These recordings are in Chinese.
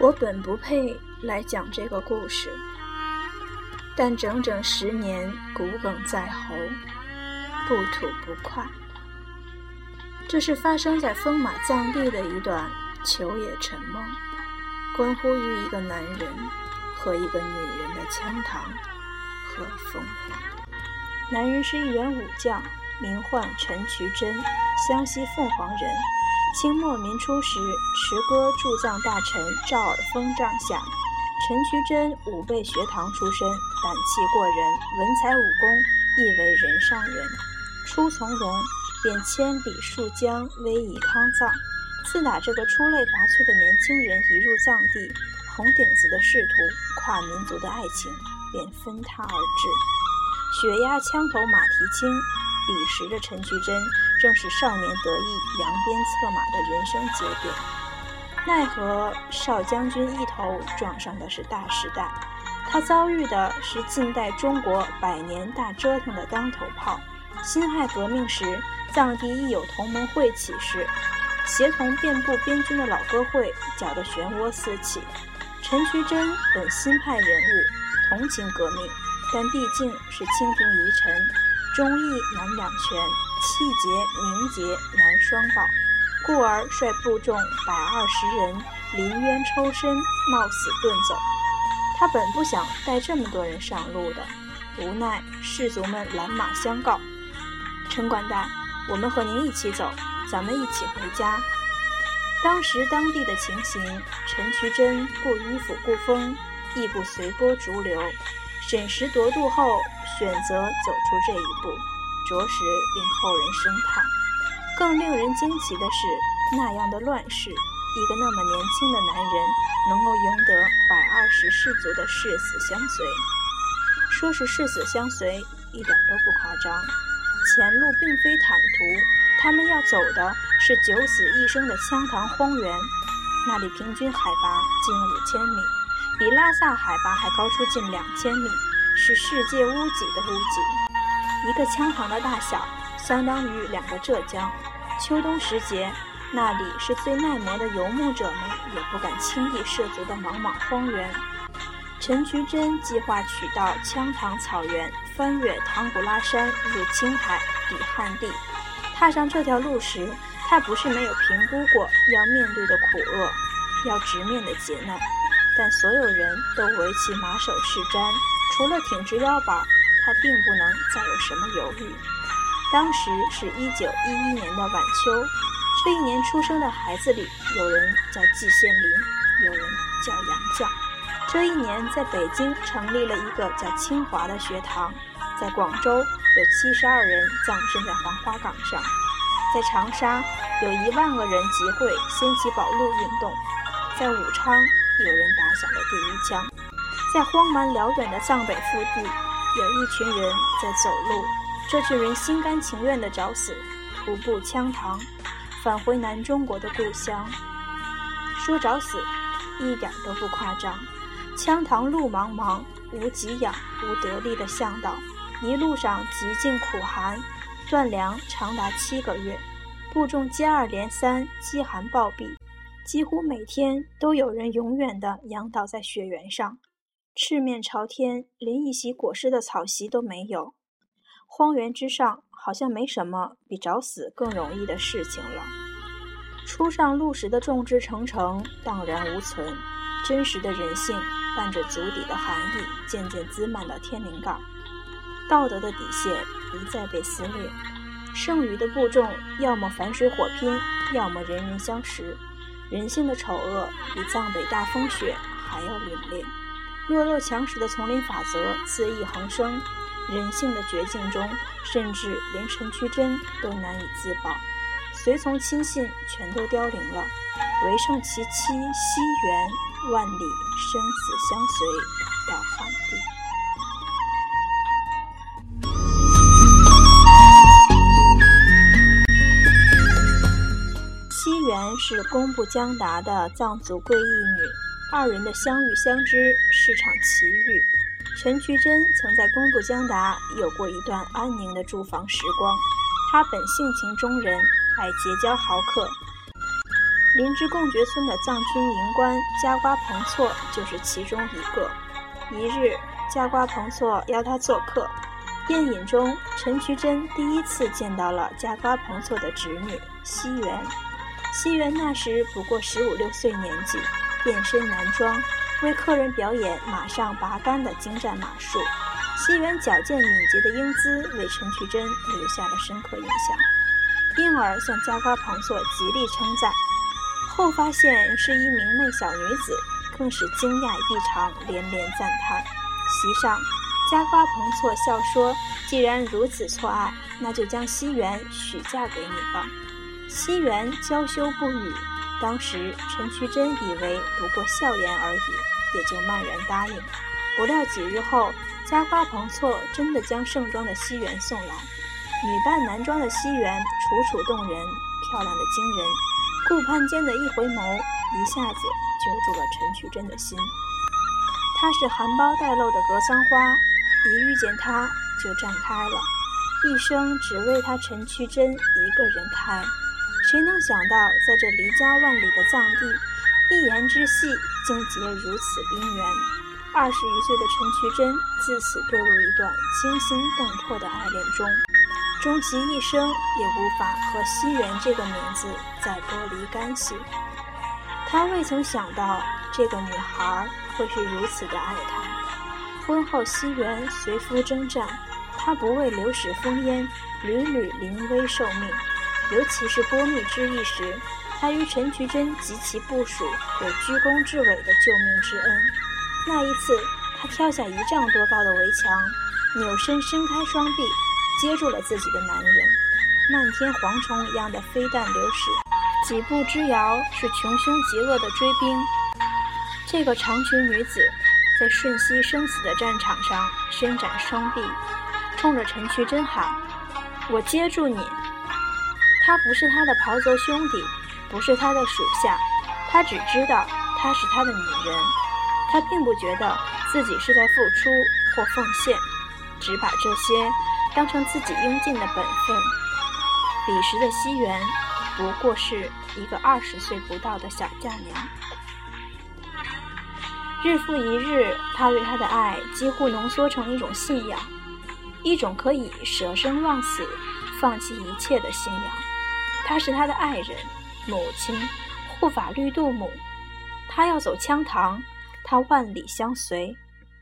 我本不配来讲这个故事，但整整10年骨鲠在喉，不吐不快。这是发生在风马藏地的一段秋夜沉梦，关乎于一个男人和一个女人的枪膛和烽火。男人是一员武将，名唤陈渠珍，湘西凤凰人。清末民初时，持歌驻藏大臣赵尔丰帐下。陈渠珍武备学堂出身，胆气过人，文才武功亦为人上人。初从容，便千里戍疆，威仪康藏。自打这个出类拔萃的年轻人一入藏地，红顶子的仕途、跨民族的爱情便分沓而至。血压枪头马蹄轻，彼时的陈渠珍正是少年得意、扬鞭策马的人生节点。奈何少将军一头撞上的是大时代，他遭遇的是近代中国100年大折腾的当头炮。辛亥革命时，藏地亦有同盟会起事，协同遍布边军的老歌会搅得漩涡四起。陈渠珍本新派人物，同情革命，但毕竟是清廷遗臣，忠义难两全，气节名节难双保，故而率部众120人临渊抽身，冒死遁走。他本不想带这么多人上路的，无奈士卒们拦马相告：陈管带，我们和您一起走，咱们一起回家。当时当地的情形，陈渠珍不迂腐顾风，亦不随波逐流，审时度度后选择走出这一步，着实令后人生叹。更令人惊奇的是，那样的乱世，一个那么年轻的男人能够赢得120士卒的誓死相随。说是誓死相随，一点都不夸张。前路并非坦途，他们要走的是九死一生的羌塘荒原，那里平均海拔近5000米，比拉萨海拔还高出近2000米，是世界屋脊的屋脊。一个羌塘的大小相当于2个浙江。秋冬时节，那里是最耐磨的游牧者们也不敢轻易涉足的茫茫荒原。陈渠珍计划取道羌塘草原，翻越唐古拉山，入青海，抵汉地。踏上这条路时，他不是没有评估过要面对的苦厄，要直面的劫难，但所有人都为其马首是瞻，除了挺直腰板，他并不能再有什么犹豫。当时是1911年的晚秋，这一年出生的孩子里，有人叫季羡林，有人叫杨绛。这一年在北京成立了一个叫清华的学堂，在广州有72人葬身在黄花岗上，在长沙有1万个人集会掀起保路运动，在武昌有人打响了第1枪，在荒蛮辽远的藏北腹地有一群人在走路，这群人心甘情愿地找死，徒步羌塘，返回南中国的故乡。说找死一点都不夸张，羌塘路茫茫，无给养，无得力的向导，一路上极尽苦寒，断粮长达7个月，部众接二连三，饥寒暴毙，几乎每天都有人永远地仰倒在雪原上，赤面朝天，连一席裹尸的草席都没有。荒原之上好像没什么比找死更容易的事情了。初上路时的众志成城荡然无存，真实的人性伴着足底的寒意渐渐滋漫到天灵盖，道德的底线一再被撕裂。剩余的部众要么反水火拼，要么人人相食。人性的丑恶比藏北大风雪还要凛冽，弱肉强食的丛林法则恣意横生，人性的绝境中，甚至连陈渠珍都难以自保，随从亲信全都凋零了，唯剩其妻西园，万里生死相随到汉地。西园是工部江达的藏族贵义女，2人的相遇相知是场奇遇。陈渠珍曾在工部江达有过一段安宁的住房时光，他本性情中人，爱结交豪客， 临之贡觉村的藏军营官加瓜彭措就是其中一个。一日，加瓜彭措邀他做客，宴饮中，陈渠珍第一次见到了加瓜彭措的侄女西园。西园那时不过15、16岁年纪，变身男装，为客人表演马上拔杆的精湛马术。西园矫健敏捷的英姿为陈渠珍留下了深刻印象，因而向加瓜彭措极力称赞。后发现是一名媚小女子，更是惊讶异常，连连赞叹。席上，加瓜彭措笑说：“既然如此错爱，那就将西园许嫁给你吧。”西园娇羞不语。当时陈渠珍以为不过笑言而已，也就漫然答应。不料几日后，加瓜彭措真的将盛装的西园送来。女扮男装的西园楚楚动人，漂亮的惊人，顾盼间的一回眸，一下子揪住了陈渠珍的心。她是含苞待露的格桑花，一遇见她就绽开了，一生只为她陈渠珍一个人开。谁能想到，在这离家万里的藏地，一言之隙竟结如此姻缘。20余岁的陈渠珍自此堕入一段惊心动魄的爱恋中，终其一生也无法和西园这个名字再剥离干系。他未曾想到这个女孩会是如此的爱他。婚后西园随夫征战，他不畏流矢风烟，屡屡临危受命。尤其是波密之役时，他与陈渠珍及其部属有居功至伟的救命之恩。那一次，他跳下1丈多高的围墙，扭身伸开双臂，接住了自己的男人。漫天蝗虫一样的飞弹流矢，几步之遥是穷凶极恶的追兵。这个长裙女子在瞬息生死的战场上伸展双臂，冲着陈渠珍喊：“我接住你！”他不是他的袍泽兄弟，不是他的属下，他只知道她是他的女人。他并不觉得自己是在付出或奉献，只把这些当成自己应尽的本分。彼时的西园不过是一个20岁不到的小嫁娘。日复一日，他对她的爱几乎浓缩成一种信仰，一种可以舍生忘死、放弃一切的信仰。她是他的爱人、母亲、护法律度母。他要走羌塘，他万里相随。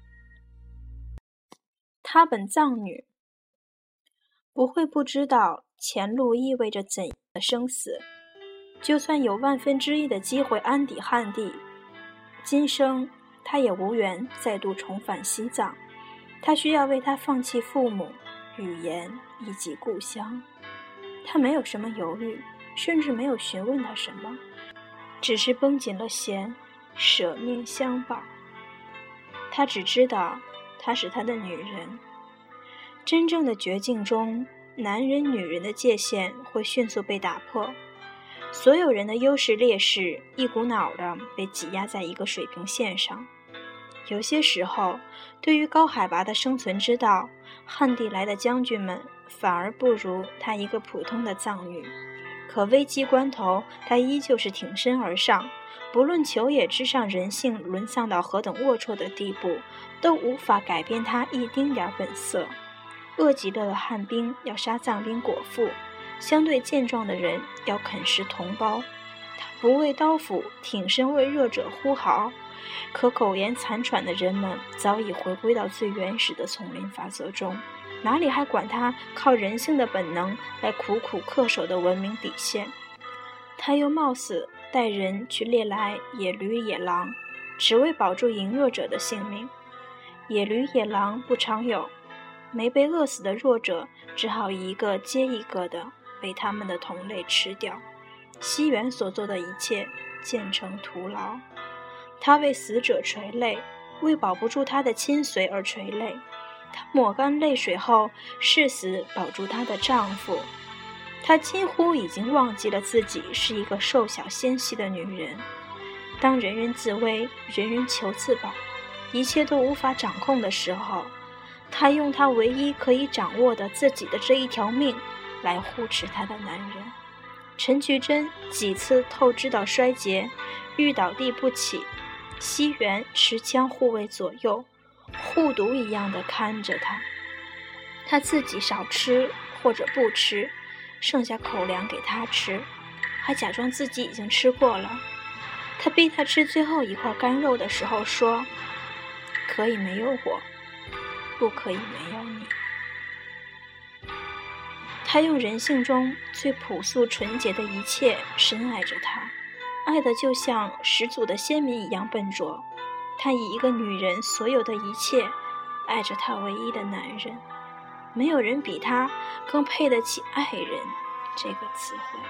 她本藏女，不会不知道前路意味着怎样的生死。就算有1/1000的机会安抵汉地，今生她也无缘再度重返西藏。她需要为他放弃父母、语言以及故乡。他没有什么犹豫，甚至没有询问他什么，只是绷紧了弦，舍命相报。他只知道她是他的女人。真正的绝境中，男人女人的界限会迅速被打破，所有人的优势劣势一股脑地被挤压在一个水平线上。有些时候，对于高海拔的生存之道，汉地来的将军们反而不如她一个普通的藏女。可危机关头，她依旧是挺身而上，不论球野之上人性沦丧到何等龌龊的地步，都无法改变她一丁点本色。饿极了的汉兵要杀藏兵果腹，相对健壮的人要啃食同胞。她不为刀斧，挺身为弱者呼号。可苟延残喘的人们早已回归到最原始的丛林法则中，哪里还管他靠人性的本能来苦苦恪守的文明底线。他又冒死带人去猎来野驴野狼，只为保住羸弱者的性命。野驴野狼不常有，没被饿死的弱者只好一个接一个的被他们的同类吃掉。西园所做的一切渐成徒劳。他为死者垂泪，为保不住他的亲随而垂泪。她抹干泪水后，誓死保住她的丈夫。她几乎已经忘记了自己是一个瘦小纤细的女人。当人人自危，人人求自保，一切都无法掌控的时候，她用她唯一可以掌握的自己的这一条命来护持她的男人。 陈渠珍几次透支到衰竭，欲倒地不起，西园持枪护卫左右，护犊一样的看着他。他自己少吃或者不吃，剩下口粮给他吃，还假装自己已经吃过了。他逼他吃最后一块干肉的时候说，可以没有我，不可以没有你。他用人性中最朴素纯洁的一切深爱着他，爱得就像始祖的先民一样笨拙。他以一个女人所有的一切爱着他唯一的男人，没有人比他更配得起爱人这个词汇。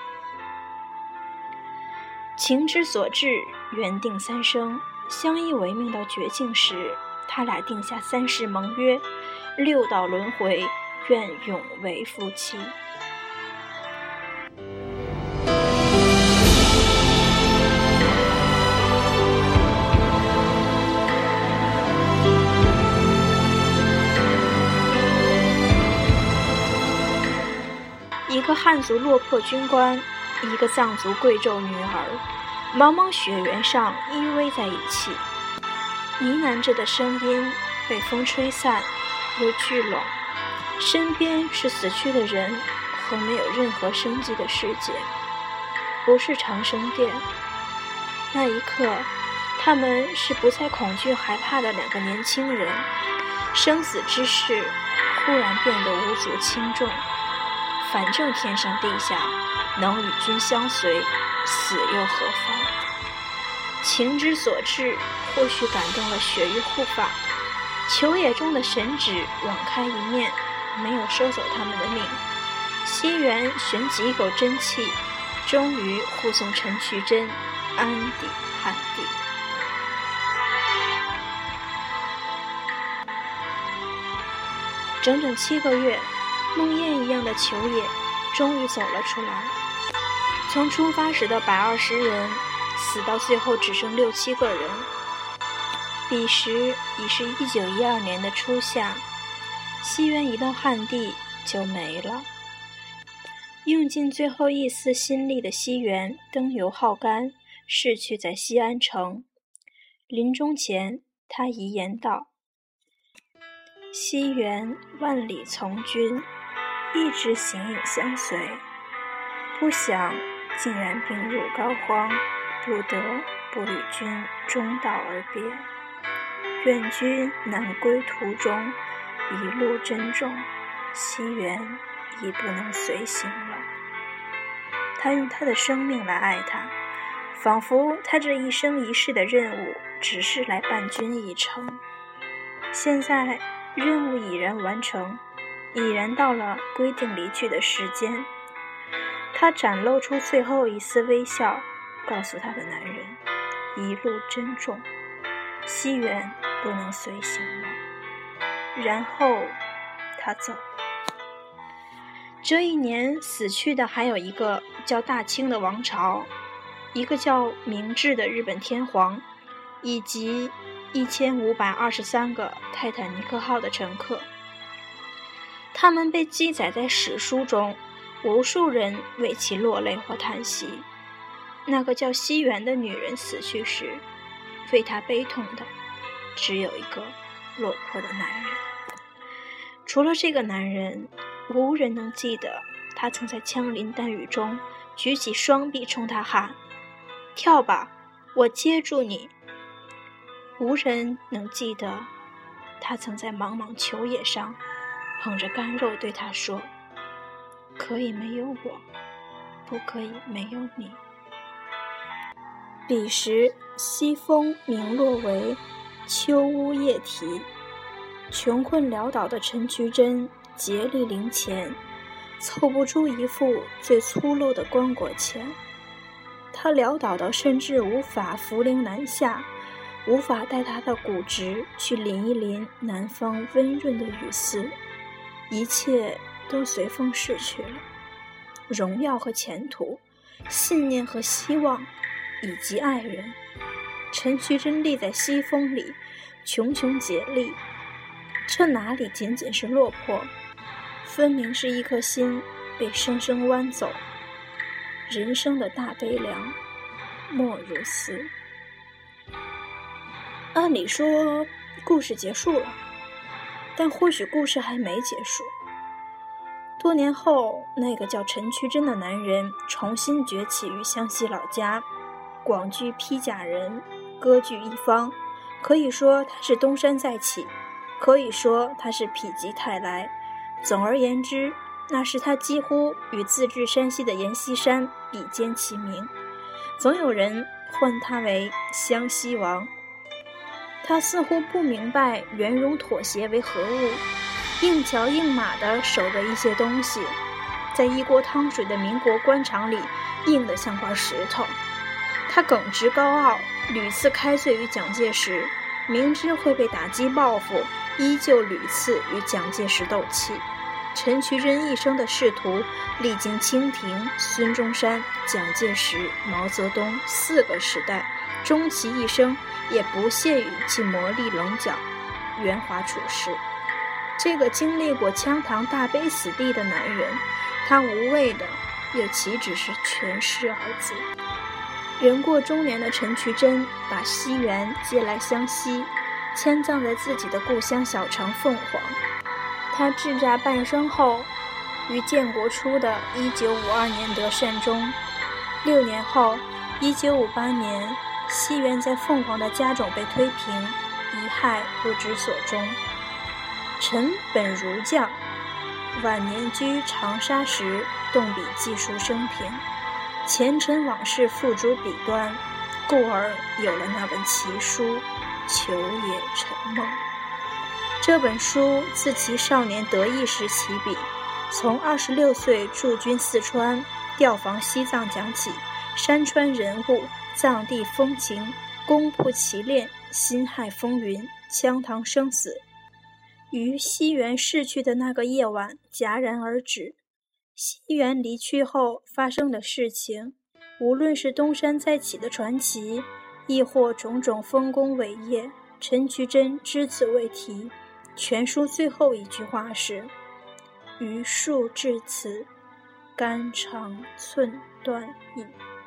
情之所至，缘定三生，相依为命到绝境时，他俩定下3世盟约，6道轮回，愿永为夫妻。一个汉族落魄军官，一个藏族贵胄女儿，茫茫雪原上依偎在一起，呢喃着的声音被风吹散又聚拢，身边是死去的人和没有任何生机的世界，不是长生殿。那一刻，他们是不再恐惧害怕的2个年轻人，生死之事忽然变得无足轻重，反正天上地下能与君相随，死又何妨？情之所至，或许感动了雪域护法，秋野中的神指网开一面，没有收走他们的命。西园旋几口真气，终于护送陈渠珍安抵汉地。整整7个月，梦魇一样的秋野终于走了出来。从出发时的120人死到最后只剩6、7个人。彼时已是1912年的初夏，西园一到汉地就没了。用尽最后一丝心力的西园灯油耗干，逝去在西安城。临终前，他遗言道：西园万里从军，一直形影相随，不想竟然病入膏肓，不得不与君中道而别。愿君南归途中一路珍重，西园已不能随行了。他用他的生命来爱他，仿佛他这一生一世的任务只是来伴君一程。现在任务已然完成，已然到了规定离去的时间。他展露出最后一丝微笑，告诉他的男人，一路珍重，西园不能随行了。然后他走了。这一年死去的还有一个叫大清的王朝，一个叫明治的日本天皇，以及1523个泰坦尼克号的乘客。他们被记载在史书中，无数人为其落泪或叹息。那个叫西园的女人死去时，为她悲痛的只有一个落魄的男人。除了这个男人，无人能记得他曾在枪林弹雨中举起双臂冲他喊：跳吧，我接住你。无人能记得他曾在茫茫秋野上捧着干肉对他说：可以没有我，不可以没有你。彼时西风名落为秋屋夜啼，穷困潦倒的陈渠珍竭力零钱，凑不出一副最粗陋的棺椁钱。他潦倒到甚至无法扶灵南下，无法带他的骨殖去淋一淋南方温润的雨丝，一切都随风逝去了。荣耀和前途，信念和希望，以及爱人。陈渠珍立在西风里，穷穷竭力，这哪里仅仅是落魄，分明是一颗心被生生剜走。 人生的大悲凉，莫如斯。按理说故事结束了，但或许故事还没结束。多年后，那个叫陈渠珍的男人重新崛起于湘西老家，广具披甲人，割据一方。可以说他是东山再起，可以说他是否极泰来。总而言之，那时他几乎与自治山西的阎锡山比肩齐名，总有人唤他为湘西王。他似乎不明白圆融妥协为何物，硬桥硬马地守着一些东西，在一锅汤水的民国官场里硬得像块石头。他耿直高傲，屡次开罪于蒋介石，明知会被打击报复，依旧屡次与蒋介石斗气。陈渠珍一生的仕途历经清廷、孙中山、蒋介石、毛泽东4个时代，终其一生也不屑于其磨砺棱角，圆滑处事。这个经历过羌塘大悲死地的男人，他无畏的又岂止是权势二字。人过中年的陈渠珍把西园接来湘西，迁葬在自己的故乡小城凤凰。他治诈半生后，于建国初的1952年得善终。6年后，1958年，西园在凤凰的家种被推平，遗骸不知所终。陈本儒将，晚年居长沙时动笔记述生平，前尘往事付诸笔端，故而有了那本奇书《求也陈梦》。这本书自其少年得意时起笔，从26岁驻军四川，调防西藏讲起，山川人物、藏地风情、攻破奇练、辛亥风云、羌塘生死，于西园逝去的那个夜晚戛然而止。西园离去后发生的事情，无论是东山再起的传奇，亦或种种丰功伟业，陈渠珍只字未提。全书最后一句话是：余述至此，肝肠寸断矣。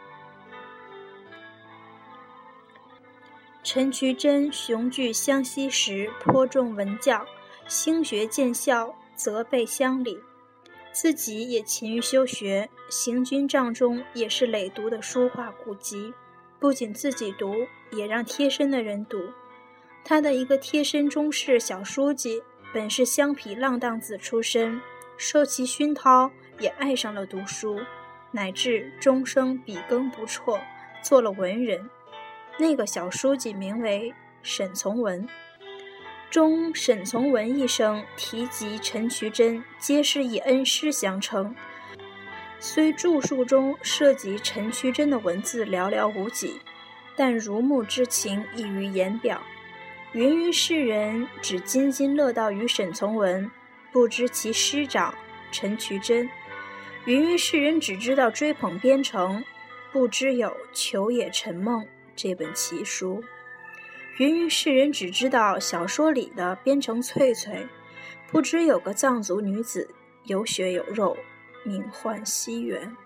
陈渠珍雄踞湘西时颇重文教，兴学建校，责备乡里，自己也勤于修学，行军帐中也是累读的书画古籍，不仅自己读，也让贴身的人读。他的一个贴身中士小书记本是乡痞浪荡子出身，受其熏陶也爱上了读书，乃至终生笔耕不辍，做了文人。那个小书记名为沈从文。中沈从文一生提及陈渠珍，皆是以恩师相称。虽著述中涉及陈渠珍的文字寥寥无几，但如沐之情溢于言表。芸芸世人只津津乐道于沈从文，不知其师长陈渠珍；芸芸世人只知道追捧边城，不知有《求也陈梦》这本奇书；芸芸世人只知道小说里的边城翠翠，不知有个藏族女子有血有肉，名唤西园。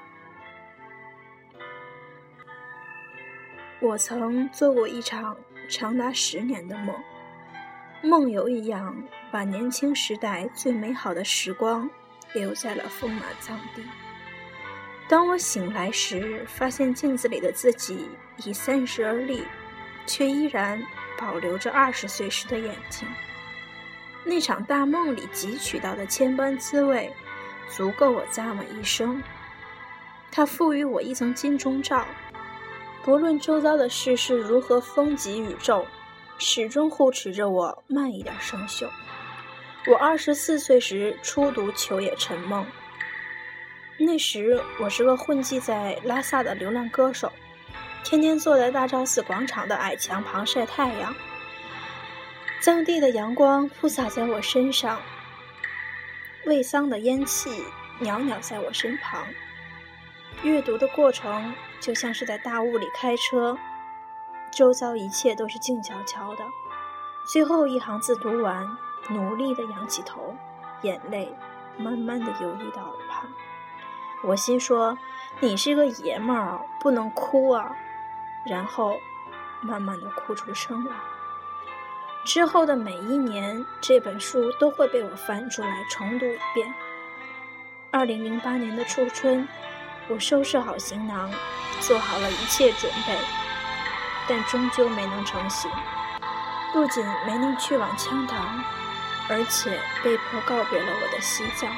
我曾做过一场长达10年的梦，梦游一样把年轻时代最美好的时光留在了风马藏地。当我醒来时，发现镜子里的自己已30而立，却依然保留着20岁时的眼睛。那场大梦里汲取到的千般滋味，足够我咂摸一生。它赋予我一层金钟罩，不论周遭的世事如何风急雨骤，始终护持着我慢一点生锈。我24岁时初读《求也陈梦》，那时我是个混迹在拉萨的流浪歌手，天天坐在大昭寺广场的矮墙旁晒太阳。藏地的阳光铺洒在我身上，卫桑的烟气袅袅在我身旁。阅读的过程就像是在大雾里开车，周遭一切都是静悄悄的。最后一行字读完，努力地仰起头，眼泪慢慢地游溢到耳旁。 我心说，你是个爷们儿，不能哭啊，然后慢慢的哭出声来。之后的每一年，这本书都会被我翻出来重读一遍。2008年的初春，我收拾好行囊，做好了一切准备，但终究没能成行。不仅没能去往羌塘，而且被迫告别了我的西藏。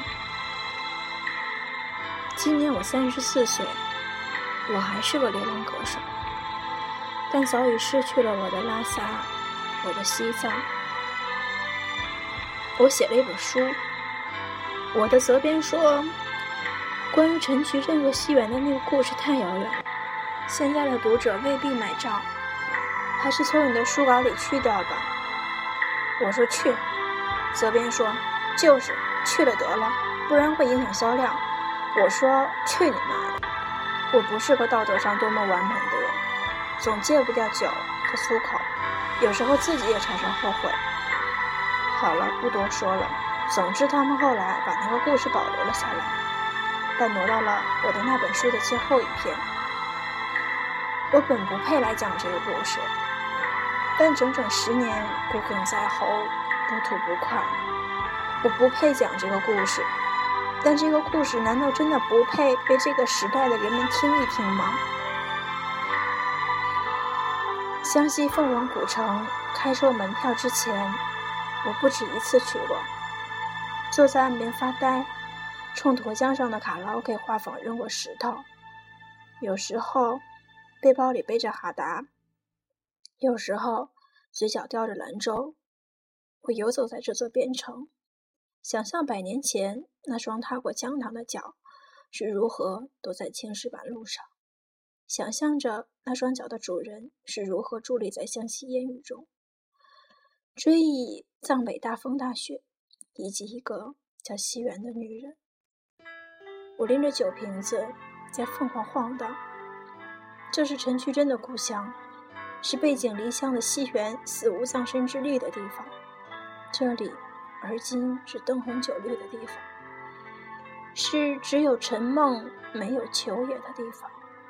今年我34岁，我还是个流浪歌手，但早已失去了我的拉萨，我的西藏。我写了一本书，我的责编说，关于陈渠镇和西园的那个故事太遥远了，现在的读者未必买账，还是从你的书稿里去掉吧。我说去，责编说就是去了得了，不然会影响销量。我说去你妈的，我不是个道德上多么完美的人，总戒不掉酒和粗口，有时候自己也常常后悔。好了，不多说了，总之他们后来把那个故事保留了下来，但挪到了我的那本书的最后一篇。我本不配来讲这个故事，但整整10年骨鲠在喉，不吐不快。我不配讲这个故事，但这个故事难道真的不配被这个时代的人们听一听吗？湘西凤凰古城开售门票之前，我不止一次去过，坐在岸边发呆，冲沱江上的卡拉 OK 画舫扔过石头。有时候背包里背着哈达，有时候嘴角叼着兰州。我游走在这座边城，想象100年前那双踏过江塘的脚是如何躲在青石板路上，想象着那双脚的主人是如何伫立在湘西烟雨中，追忆藏北大风大雪，以及一个叫西园的女人。我拎着酒瓶子在凤凰晃荡，这是陈渠珍的故乡，是背井离乡的西园死无葬身之地的地方，这里而今是灯红酒绿的地方，是只有陈梦没有秋野的地方。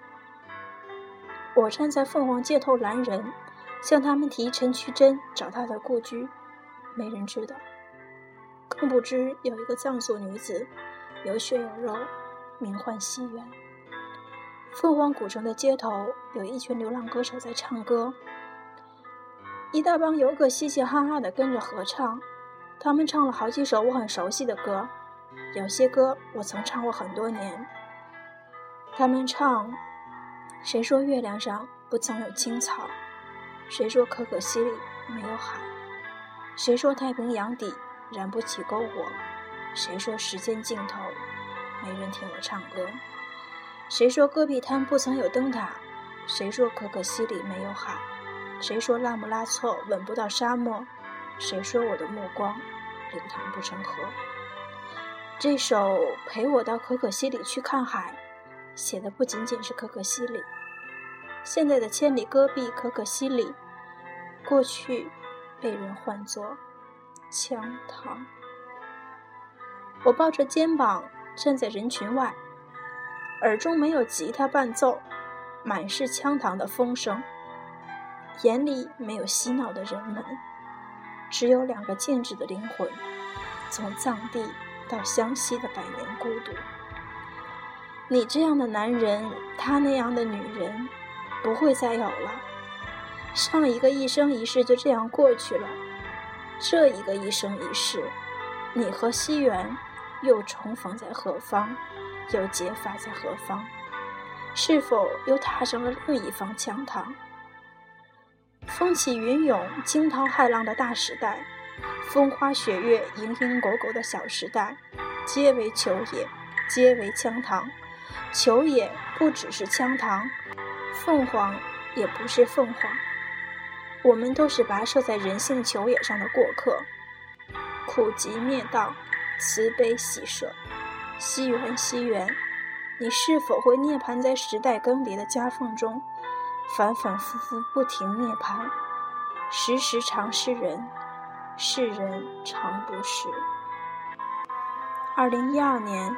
我站在凤凰街头拦人，向他们提陈渠珍找他的故居，没人知道，更不知有一个藏族女子有血有肉，名唤西园。凤凰古城的街头有一群流浪歌手在唱歌，一大帮游客嘻嘻哈哈地跟着合唱，他们唱了好几首我很熟悉的歌，有些歌我曾唱过很多年。他们唱，谁说月亮上不曾有青草，谁说可可西里没有海，谁说太平洋底燃不起篝火，谁说时间尽头没人听我唱歌，谁说戈壁滩不曾有灯塔，谁说可可西里没有海，谁说拉姆拉措吻不到沙漠，谁说我的目光流淌不成河。这首陪我到可可西里去看海写的不仅仅是可可西里，现在的千里戈壁可可西里，过去被人唤作羌塘。我抱着肩膀站在人群外，耳中没有吉他伴奏，满是羌塘的风声，眼里没有嬉闹的人们，只有2个静止的灵魂，从藏地到湘西的百年孤独。你这样的男人，他那样的女人，不会再有了。上一个一生一世就这样过去了，这一个一生一世，你和西园又重逢在何方，又结发在何方？是否又踏上了另一方羌塘？风起云涌、惊涛骇浪的大时代，风花雪月、蝇营狗苟的小时代，皆为秋野，皆为羌塘。秋野不只是羌塘，凤凰也不是凤凰，我们都是跋涉在人性秋野上的过客。苦集灭道，慈悲喜舍，西园西园，你是否会涅槃在时代更迭的夹缝中，反反复复不停涅槃？时时常是人，是人常不是。2012年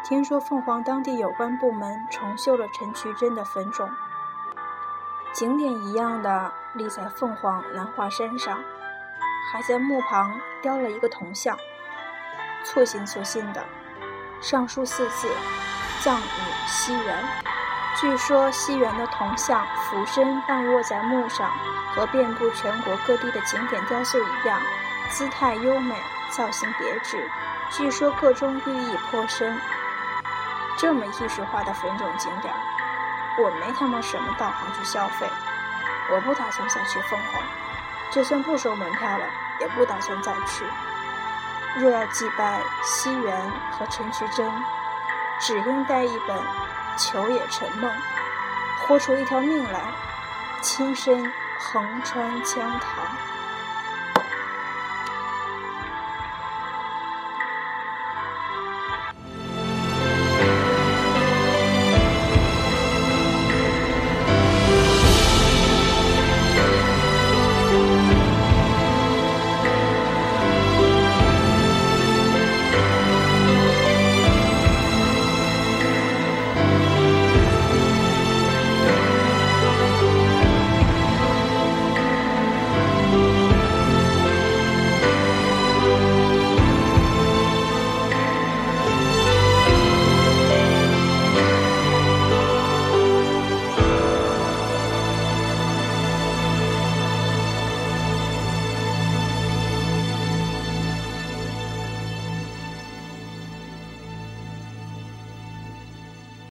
听说凤凰当地有关部门重修了陈渠珍的坟冢，景点一样的立在凤凰南华山上，还在墓旁雕了一个铜像，粗心的上书4字：葬与西园。据说西园的铜像俯身半卧在墓上，和遍布全国各地的景点雕塑一样，姿态优美，造型别致，据说各种寓意颇深。这么艺术化的坟冢景点，我没他妈什么道行去消费，我不打算再去凤凰，就算不收门票了，也不打算再去。若要祭拜西园和陈渠珍，只应带一本《求也沉梦》，活出一条命来，亲身横穿羌塘。